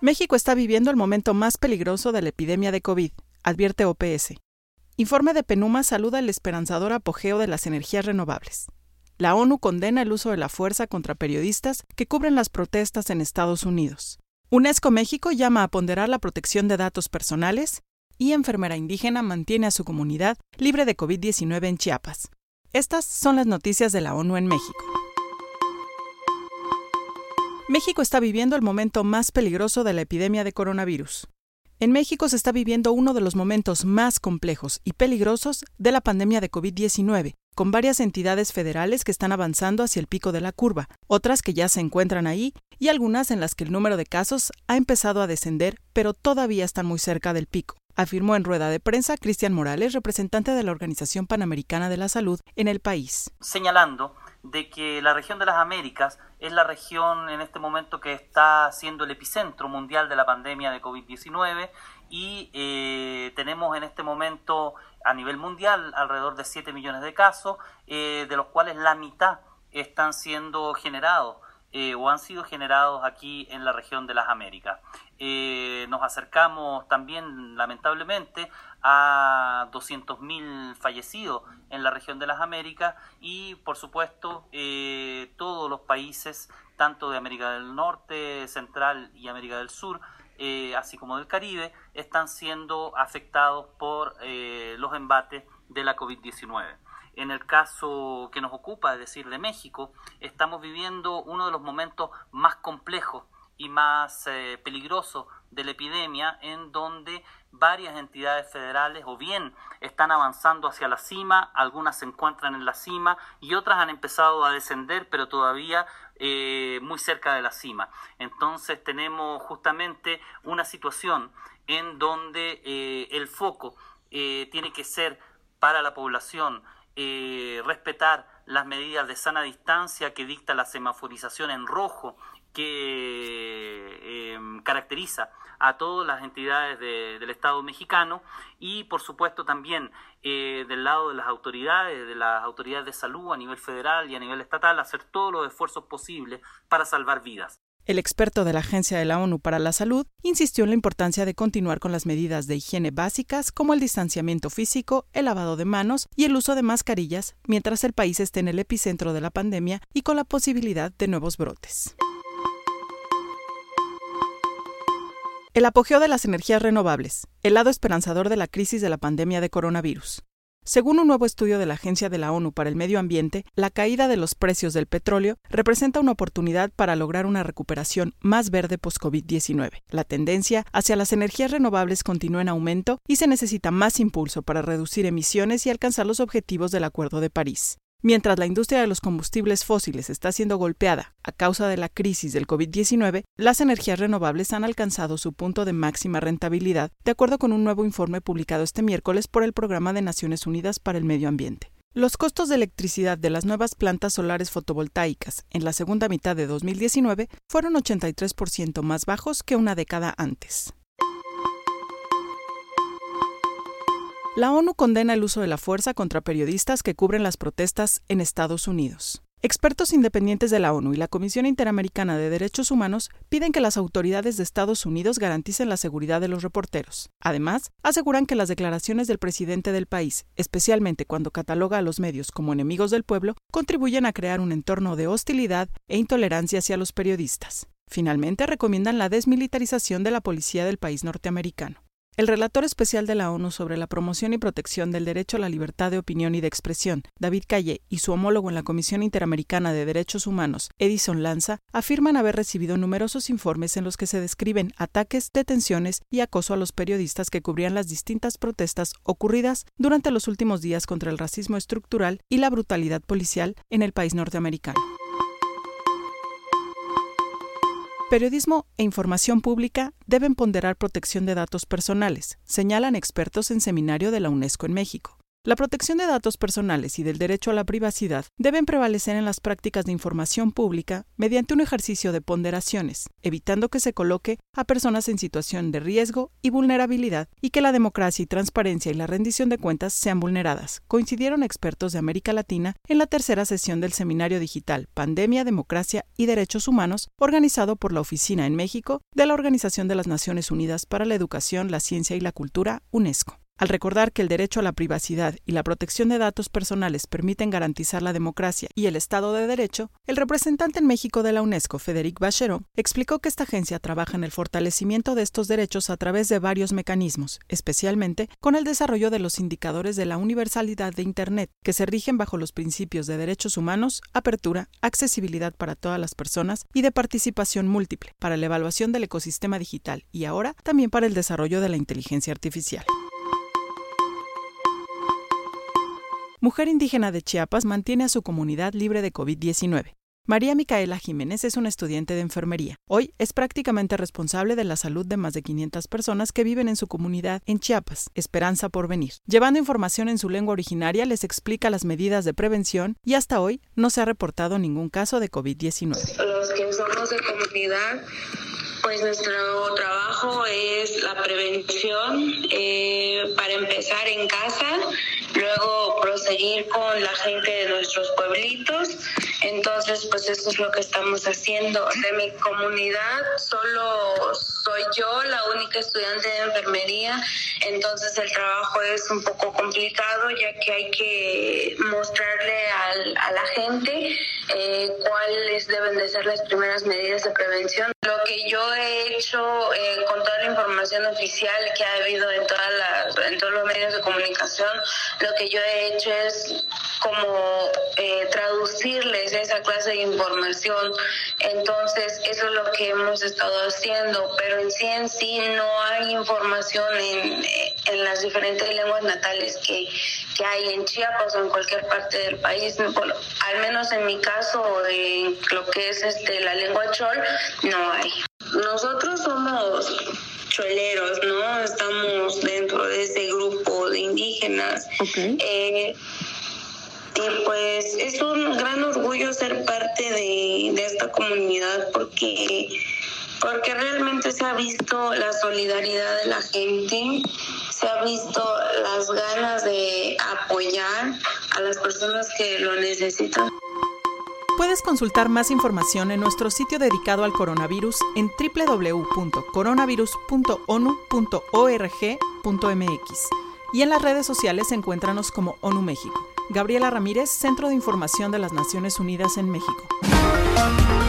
México está viviendo el momento más peligroso de la epidemia de COVID, advierte OPS. Informe de PENUMA saluda el esperanzador apogeo de las energías renovables. La ONU condena el uso de la fuerza contra periodistas que cubren las protestas en Estados Unidos. UNESCO México llama a ponderar la protección de datos personales y enfermera indígena mantiene a su comunidad libre de COVID-19 en Chiapas. Estas son las noticias de la ONU en México. México está viviendo el momento más peligroso de la epidemia de coronavirus. En México se está viviendo uno de los momentos más complejos y peligrosos de la pandemia de COVID-19, con varias entidades federales que están avanzando hacia el pico de la curva, otras que ya se encuentran ahí y algunas en las que el número de casos ha empezado a descender, pero todavía están muy cerca del pico, afirmó en rueda de prensa Cristian Morales, representante de la Organización Panamericana de la Salud en el país. Señalando de que la región de las Américas es la región en este momento que está siendo el epicentro mundial de la pandemia de COVID-19 y tenemos en este momento a nivel mundial alrededor de 7 millones de casos, de los cuales la mitad están siendo generados o han sido generados aquí en la región de las Américas. Nos acercamos también, lamentablemente, a 200.000 fallecidos en la región de las Américas y, por supuesto, todos los países, tanto de América del Norte, Central y América del Sur, así como del Caribe, están siendo afectados por los embates de la COVID-19. En el caso que nos ocupa, es decir, de México, estamos viviendo uno de los momentos más complejos y más peligrosos de la epidemia, en donde varias entidades federales o bien están avanzando hacia la cima, algunas se encuentran en la cima y otras han empezado a descender, pero todavía muy cerca de la cima. Entonces tenemos justamente una situación en donde el foco tiene que ser para la población respetar las medidas de sana distancia que dicta la semaforización en rojo que caracteriza a todas las entidades del Estado mexicano y por supuesto también del lado de las autoridades de salud a nivel federal y a nivel estatal, hacer todos los esfuerzos posibles para salvar vidas. El experto de la Agencia de la ONU para la Salud insistió en la importancia de continuar con las medidas de higiene básicas como el distanciamiento físico, el lavado de manos y el uso de mascarillas, mientras el país esté en el epicentro de la pandemia y con la posibilidad de nuevos brotes. El apogeo de las energías renovables, el lado esperanzador de la crisis de la pandemia de coronavirus. Según un nuevo estudio de la Agencia de la ONU para el Medio Ambiente, la caída de los precios del petróleo representa una oportunidad para lograr una recuperación más verde post-COVID-19. La tendencia hacia las energías renovables continúa en aumento y se necesita más impulso para reducir emisiones y alcanzar los objetivos del Acuerdo de París. Mientras la industria de los combustibles fósiles está siendo golpeada a causa de la crisis del COVID-19, las energías renovables han alcanzado su punto de máxima rentabilidad, de acuerdo con un nuevo informe publicado este miércoles por el Programa de Naciones Unidas para el Medio Ambiente. Los costos de electricidad de las nuevas plantas solares fotovoltaicas en la segunda mitad de 2019 fueron 83% más bajos que una década antes. La ONU condena el uso de la fuerza contra periodistas que cubren las protestas en Estados Unidos. Expertos independientes de la ONU y la Comisión Interamericana de Derechos Humanos piden que las autoridades de Estados Unidos garanticen la seguridad de los reporteros. Además, aseguran que las declaraciones del presidente del país, especialmente cuando cataloga a los medios como enemigos del pueblo, contribuyen a crear un entorno de hostilidad e intolerancia hacia los periodistas. Finalmente, recomiendan la desmilitarización de la policía del país norteamericano. El relator especial de la ONU sobre la promoción y protección del derecho a la libertad de opinión y de expresión, David Calle, y su homólogo en la Comisión Interamericana de Derechos Humanos, Edison Lanza, afirman haber recibido numerosos informes en los que se describen ataques, detenciones y acoso a los periodistas que cubrían las distintas protestas ocurridas durante los últimos días contra el racismo estructural y la brutalidad policial en el país norteamericano. Periodismo e información pública deben ponderar protección de datos personales, señalan expertos en seminario de la UNESCO en México. La protección de datos personales y del derecho a la privacidad deben prevalecer en las prácticas de información pública mediante un ejercicio de ponderaciones, evitando que se coloque a personas en situación de riesgo y vulnerabilidad y que la democracia y transparencia y la rendición de cuentas sean vulneradas, coincidieron expertos de América Latina en la tercera sesión del Seminario Digital Pandemia, Democracia y Derechos Humanos, organizado por la Oficina en México de la Organización de las Naciones Unidas para la Educación, la Ciencia y la Cultura, UNESCO. Al recordar que el derecho a la privacidad y la protección de datos personales permiten garantizar la democracia y el Estado de Derecho, el representante en México de la UNESCO, Frédéric Vacheron, explicó que esta agencia trabaja en el fortalecimiento de estos derechos a través de varios mecanismos, especialmente con el desarrollo de los indicadores de la universalidad de Internet, que se rigen bajo los principios de derechos humanos, apertura, accesibilidad para todas las personas y de participación múltiple, para la evaluación del ecosistema digital y ahora también para el desarrollo de la inteligencia artificial. Mujer indígena de Chiapas mantiene a su comunidad libre de COVID-19. María Micaela Jiménez es una estudiante de enfermería. Hoy es prácticamente responsable de la salud de más de 500 personas que viven en su comunidad en Chiapas, Esperanza por Venir. Llevando información en su lengua originaria, les explica las medidas de prevención y hasta hoy no se ha reportado ningún caso de COVID-19. Los que somos de comunidad, pues nuestro trabajo es la prevención, para empezar en casa, luego proseguir con la gente de nuestros pueblitos. Entonces, pues eso es lo que estamos haciendo. De mi comunidad solo soy yo, la única estudiante de enfermería, entonces el trabajo es un poco complicado, ya que hay que mostrarle a la gente cuáles deben de ser las primeras medidas de prevención. Lo que yo he hecho con toda la información oficial que ha habido en todos los medios de comunicación, lo que yo he hecho es como traducirles esa clase de información. Entonces eso es lo que hemos estado haciendo, pero en sí no hay información en las diferentes lenguas natales que hay en Chiapas o en cualquier parte del país. Bueno, al menos en mi caso, de lo que es la lengua chol, no hay. Nosotros somos choleros, ¿no? Estamos dentro de ese grupo de indígenas. Okay. Y pues es un gran orgullo ser parte de esta comunidad porque realmente se ha visto la solidaridad de la gente, se ha visto las ganas de apoyar a las personas que lo necesitan. Puedes consultar más información en nuestro sitio dedicado al coronavirus en www.coronavirus.onu.org.mx y en las redes sociales encuéntranos como ONU México. Gabriela Ramírez, Centro de Información de las Naciones Unidas en México.